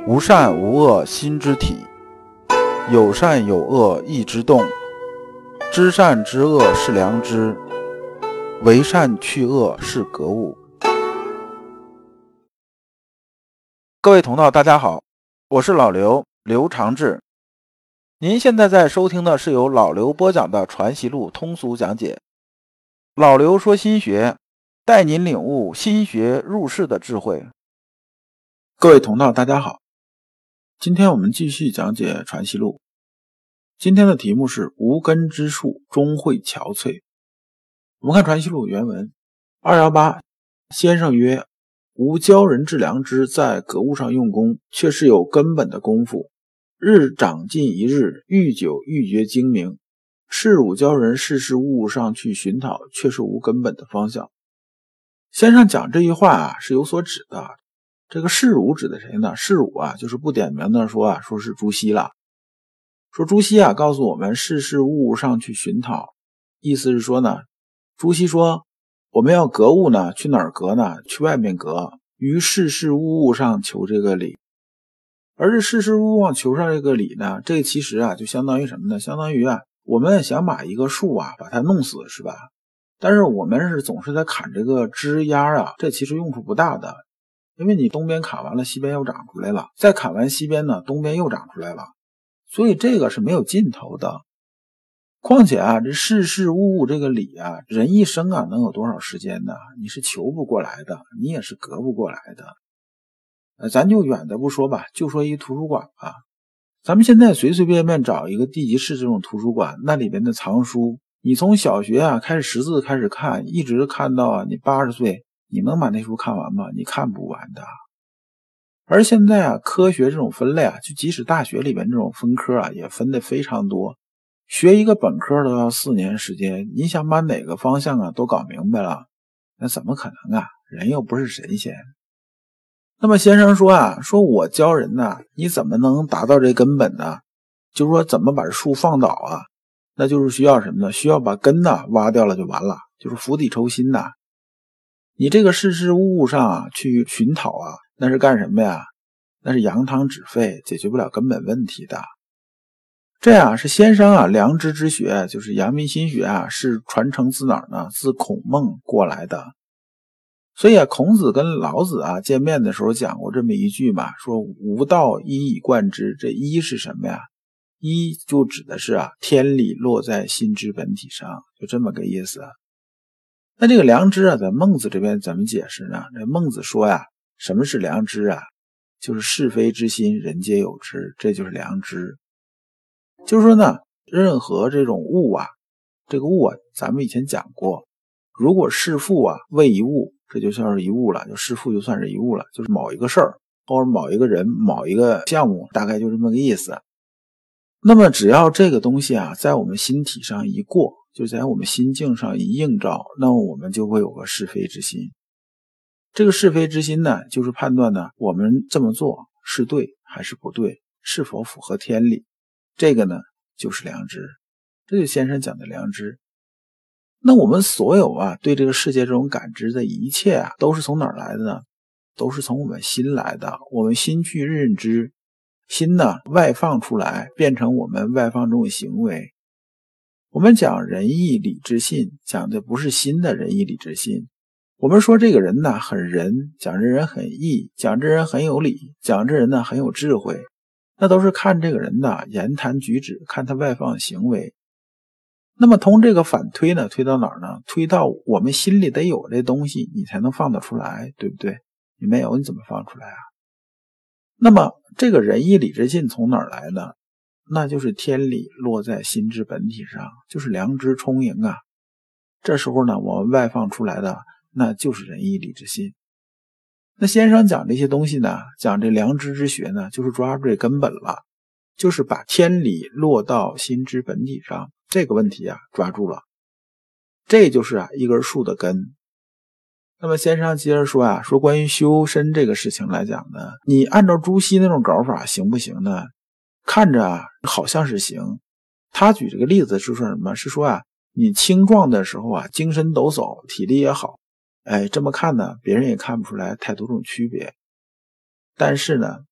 无善无恶心之体，有善有恶意之动。知善知恶是良知，为善去恶是格物。各位同道大家好，我是老刘，刘长志。您现在在收听的是由老刘播讲的《传习录》通俗讲解。老刘说心学，带您领悟心学入世的智慧。各位同道大家好，今天我们继续讲解《传习录》。今天的题目是无根之树终会憔悴。我们看《传习录》原文218，先生曰：吾教人致良知，在格物上用功，却是有根本的功夫，日长进一日，愈久愈觉精明。事吾教人事事物物上去寻讨，却是无根本的方向。先生讲这句话是有所指的。这个事吾指的谁呢？事吾就是不点名的说是朱熹了。说朱熹告诉我们事事物物上去寻讨，意思是说呢，朱熹说我们要格物呢，去哪儿格呢？去外面格，于事事物物上求这个理。而这事事物物上求上这个理呢，这个其实就相当于什么呢？相当于我们想把一个树把它弄死，是吧？但是我们是总是在砍这个枝丫这其实用处不大的，因为你东边砍完了，西边又长出来了，再砍完西边呢，东边又长出来了，所以这个是没有尽头的。况且这事事物物这个理人一生能有多少时间呢？你是求不过来的，你也是格不过来的。咱就远的不说吧，就说一图书馆吧。咱们现在随随便便找一个地级市这种图书馆，那里边的藏书，你从小学开始识字开始看，一直看到你80岁，你能把那书看完吗？你看不完的。而现在科学这种分类就即使大学里边这种分科也分得非常多，学一个本科都要4年时间，你想把哪个方向都搞明白了，那怎么可能人又不是神仙。那么先生说说我教人你怎么能达到这根本呢？就是说怎么把树放倒那就是需要什么呢？需要把根挖掉了就完了，就是釜底抽薪你这个事事物物上去寻讨那是干什么呀？那是扬汤止沸，解决不了根本问题的。这是先生良知之学，就是阳明心学是传承自哪儿呢？自孔孟过来的。所以孔子跟老子见面的时候讲过这么一句嘛，说吾道一以贯之。这一是什么呀？一就指的是天理落在心之本体上，就这么个意思。那这个良知在孟子这边怎么解释呢？这孟子说什么是良知就是是非之心，人皆有之，这就是良知。就是说呢，任何这种物这个物咱们以前讲过，如果弑父为一物，这就算是一物了，就弑父就算是一物了，就是某一个事儿或者某一个人某一个项目，大概就这么个意思。那么只要这个东西在我们心体上一过，就在我们心境上一映照，那么我们就会有个是非之心。这个是非之心呢，就是判断我们这么做是对还是不对，是否符合天理。这个呢就是良知，这就是先生讲的良知。那我们所有对这个世界这种感知的一切都是从哪儿来的呢？都是从我们心来的。我们心去认知，心呢外放出来，变成我们外放这种行为。我们讲仁义礼智信，讲的不是心的仁义礼智信。我们说这个人很仁，讲这人很义，讲这人很有理，讲这人很有智慧，那都是看这个人的言谈举止，看他外放行为。那么从这个反推呢，推到哪儿呢？推到我们心里得有这东西，你才能放得出来，对不对？你没有，你怎么放出来那么这个仁义礼智信从哪儿来呢？那就是天理落在心之本体上，就是良知充盈这时候呢，我们外放出来的那就是仁义礼智信。那先生讲这些东西呢，讲这良知之学呢，就是抓住这根本了，就是把天理落到心之本体上这个问题抓住了，这就是一根树的根。那么先生接着说说关于修身这个事情来讲呢，你按照朱熹那种搞法行不行呢？看着好像是行。他举这个例子是说什么？是说你青壮的时候精神抖擞，体力也好，这么看呢，别人也看不出来太多种区别。但是呢，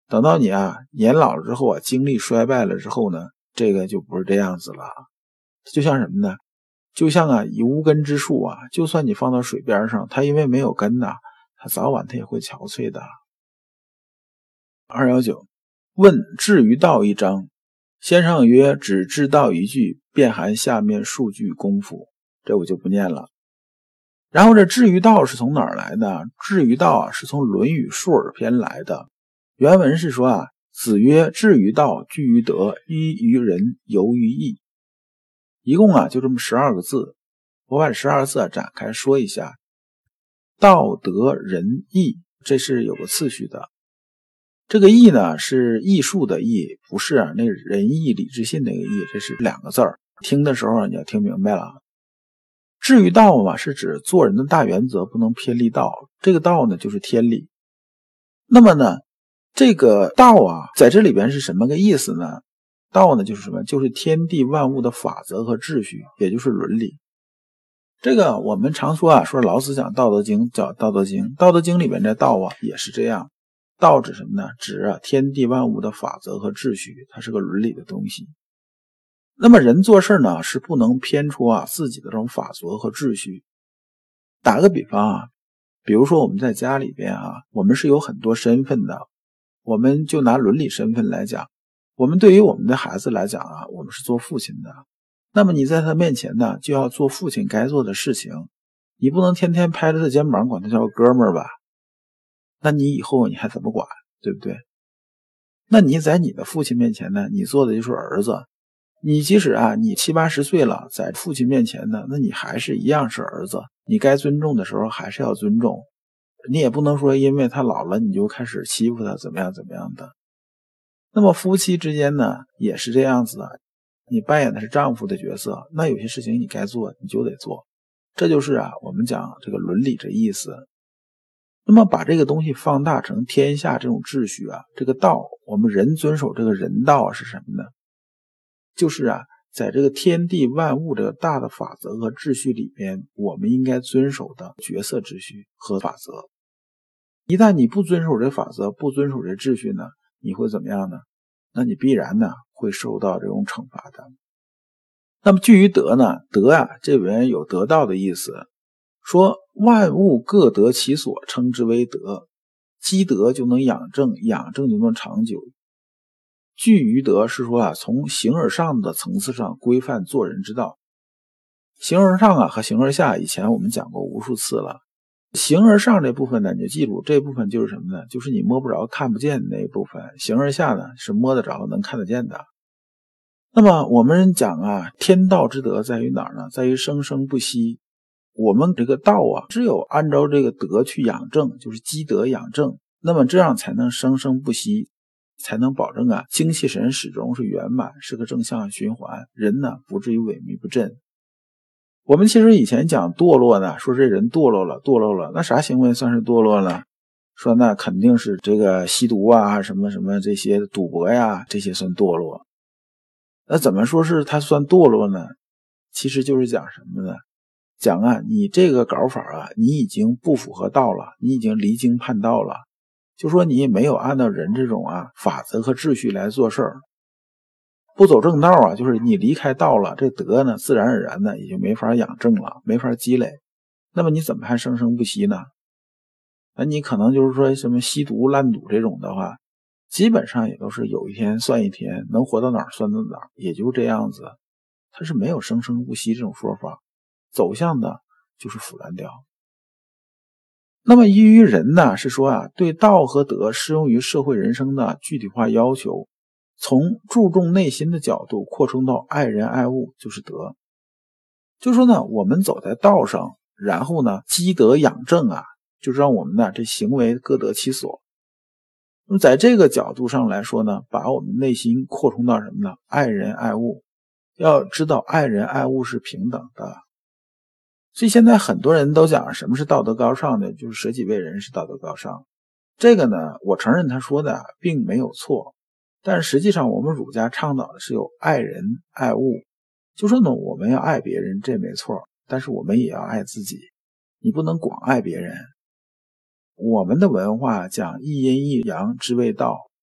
等到你年老了之后精力衰败了之后呢，这个就不是这样子了。就像什么呢？就像以无根之树就算你放到水边上，它因为没有根它早晚它也会憔悴的。219问至于道一章，先生曰：只知道一句，便含下面数句功夫。这我就不念了。然后这至于道是从哪儿来的？至于道是从《论语述而篇》来的。原文是说子曰：至于道，据于德，依于仁，游于义。一共就这么12个字。我把这12个字展开说一下。道德仁义，这是有个次序的。这个义呢是艺术的义，不是那仁义礼智信那个义，这是2个字儿。听的时候你要听明白了。至于道嘛，是指做人的大原则不能偏离道，这个道呢就是天理。那么呢，这个道在这里边是什么个意思呢？道呢就是什么？就是天地万物的法则和秩序，也就是伦理。这个我们常说说老子讲道德经叫道德经，道德经里面的道也是这样。道指什么呢？指天地万物的法则和秩序，它是个伦理的东西。那么人做事呢是不能偏出自己的这种法则和秩序。打个比方比如说我们在家里边我们是有很多身份的。我们就拿伦理身份来讲，我们对于我们的孩子来讲我们是做父亲的。那么你在他面前呢就要做父亲该做的事情，你不能天天拍着他肩膀管他叫哥们儿吧，那你以后你还怎么管，对不对？那你在你的父亲面前呢，你做的就是儿子。你即使你70、80岁了，在父亲面前呢，那你还是一样是儿子，你该尊重的时候还是要尊重。你也不能说因为他老了你就开始欺负他怎么样怎么样的。那么夫妻之间呢也是这样子的，你扮演的是丈夫的角色，那有些事情你该做你就得做，这就是我们讲这个伦理这意思。那么把这个东西放大成天下这种秩序这个道，我们人遵守这个人道是什么呢？就是在这个天地万物这个大的法则和秩序里边，我们应该遵守的角色秩序和法则。一旦你不遵守这法则，不遵守这秩序呢，你会怎么样呢？那你必然呢会受到这种惩罚的。那么据于德呢，德这里边有得到的意思，说万物各得其所，称之为德。积德就能养正，养正就能长久。据于德是说从形而上的层次上规范做人之道。形而上和形而下以前我们讲过无数次了。形而上这部分呢，你就记住，这部分就是什么呢？就是你摸不着看不见的那一部分。形而下呢是摸得着能看得见的。那么我们讲天道之德在于哪儿呢？在于生生不息。我们这个道只有按照这个德去养正，就是积德养正，那么这样才能生生不息，才能保证精气神始终是圆满，是个正向循环，人呢不至于萎靡不振。我们其实以前讲堕落呢，说这人堕落了，那啥行为算是堕落了？说那肯定是这个吸毒什么什么这些赌博这些算堕落。那怎么说是他算堕落呢？其实就是讲什么呢？讲你这个搞法你已经不符合道了，你已经离经叛道了，就说你没有按照人这种法则和秩序来做事儿，不走正道就是你离开道了，这德呢自然而然的也就没法养正了，没法积累。那么你怎么还生生不息呢？那你可能就是说什么吸毒烂赌这种的话，基本上也都是有一天算一天，能活到哪儿算到哪儿，也就这样子。它是没有生生不息这种说法，走向的就是腐烂掉。那么依于人呢，是说对道和德适用于社会人生的具体化要求，从注重内心的角度扩充到爱人爱物，就是德。就说呢，我们走在道上，然后呢积德养正就是让我们呢这行为各得其所。那么在这个角度上来说呢，把我们内心扩充到什么呢？爱人爱物。要知道爱人爱物是平等的。所以现在很多人都讲什么是道德高尚的，就是舍己为人是道德高尚。这个呢，我承认他说的并没有错，但实际上我们儒家倡导的是有爱人爱物。就说呢，我们要爱别人，这没错，但是我们也要爱自己，你不能光爱别人。我们的文化讲一阴一阳之谓道，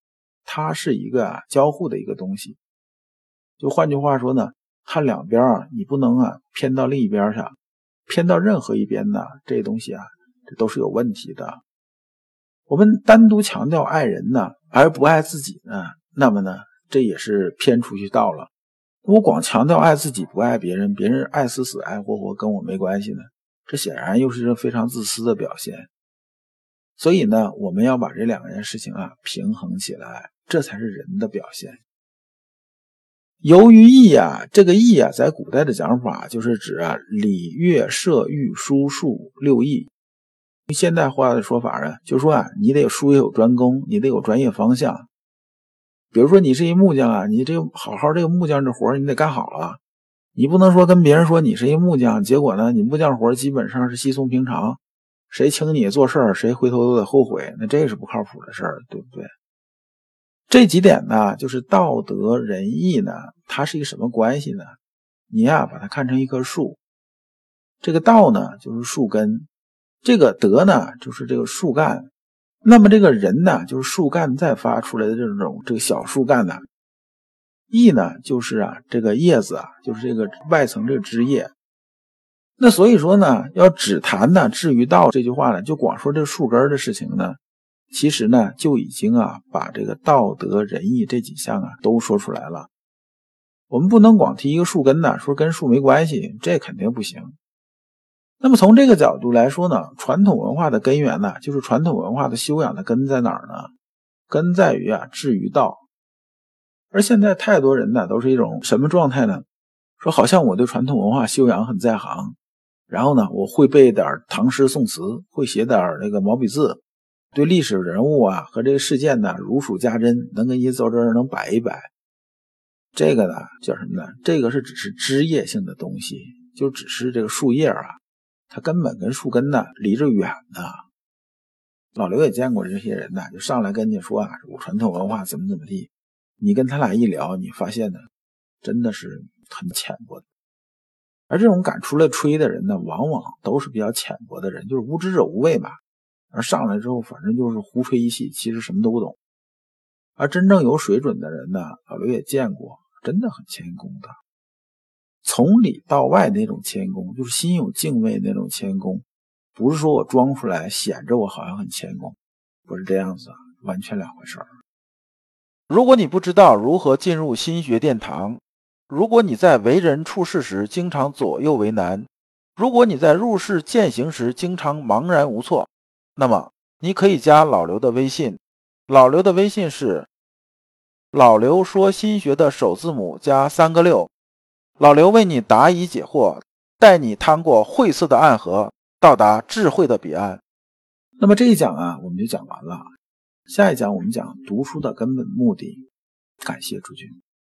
它是一个交互的一个东西。就换句话说呢，看两边你不能偏到另一边去，偏到任何一边呢，这东西这都是有问题的。我们单独强调爱人呢，而不爱自己呢，那么呢，这也是偏出去道了。我光强调爱自己不爱别人，别人爱死死爱活活跟我没关系呢，这显然又是一个非常自私的表现。所以呢，我们要把这两件事情平衡起来，这才是人的表现。由于义这个义在古代的讲法就是指礼乐射御书数六艺。现代化的说法呢，就说你得术业有专攻，你得有专业方向。比如说你是一木匠你这个好好这个木匠这活你得干好了，你不能说跟别人说你是一木匠，结果呢你木匠活基本上是稀松平常，谁请你做事儿谁回头都得后悔，那这是不靠谱的事儿，对不对？这几点呢，就是道德仁义呢，它是一个什么关系呢？你把它看成一棵树，这个道呢就是树根，这个德呢就是这个树干，那么这个人呢就是树干再发出来的这个小树干呢，义呢就是这个叶子就是这个外层这个枝叶。那所以说呢，要只谈呢至于道这句话呢，就光说这树根的事情呢，其实呢就已经把这个道德仁义这几项都说出来了。我们不能光提一个树根呢，说跟树没关系，这肯定不行。那么从这个角度来说呢，传统文化的根源呢，就是传统文化的修养的根在哪儿呢？根在于至于道。而现在太多人呢都是一种什么状态呢？说好像我对传统文化修养很在行，然后呢我会背点唐诗宋词，会写点那个毛笔字，对历史人物和这个事件呢如数家珍，能跟一走这儿能摆一摆。这个呢叫什么呢？这个是只是枝叶性的东西，就只是这个树叶它根本跟树根呢离着远呢。老刘也见过这些人呢，就上来跟你说我传统文化怎么地，你跟他俩一聊，你发现呢真的是很浅薄的。而这种敢出来吹的人呢，往往都是比较浅薄的人，就是无知者无畏嘛。而上来之后反正就是胡吹一气，其实什么都不懂。而真正有水准的人呢，老刘也见过，真的很谦恭的。从里到外那种谦恭，就是心有敬畏那种谦恭，不是说我装出来显着我好像很谦恭，不是这样子完全两回事儿。如果你不知道如何进入心学殿堂，如果你在为人处事时经常左右为难，如果你在入世践行时经常茫然无措，那么你可以加老刘的微信，老刘的微信是老刘说心学的首字母加3个6，老刘为你答疑解惑，带你趟过晦涩的暗河，到达智慧的彼岸。那么这一讲我们就讲完了，下一讲我们讲读书的根本目的。感谢诸君。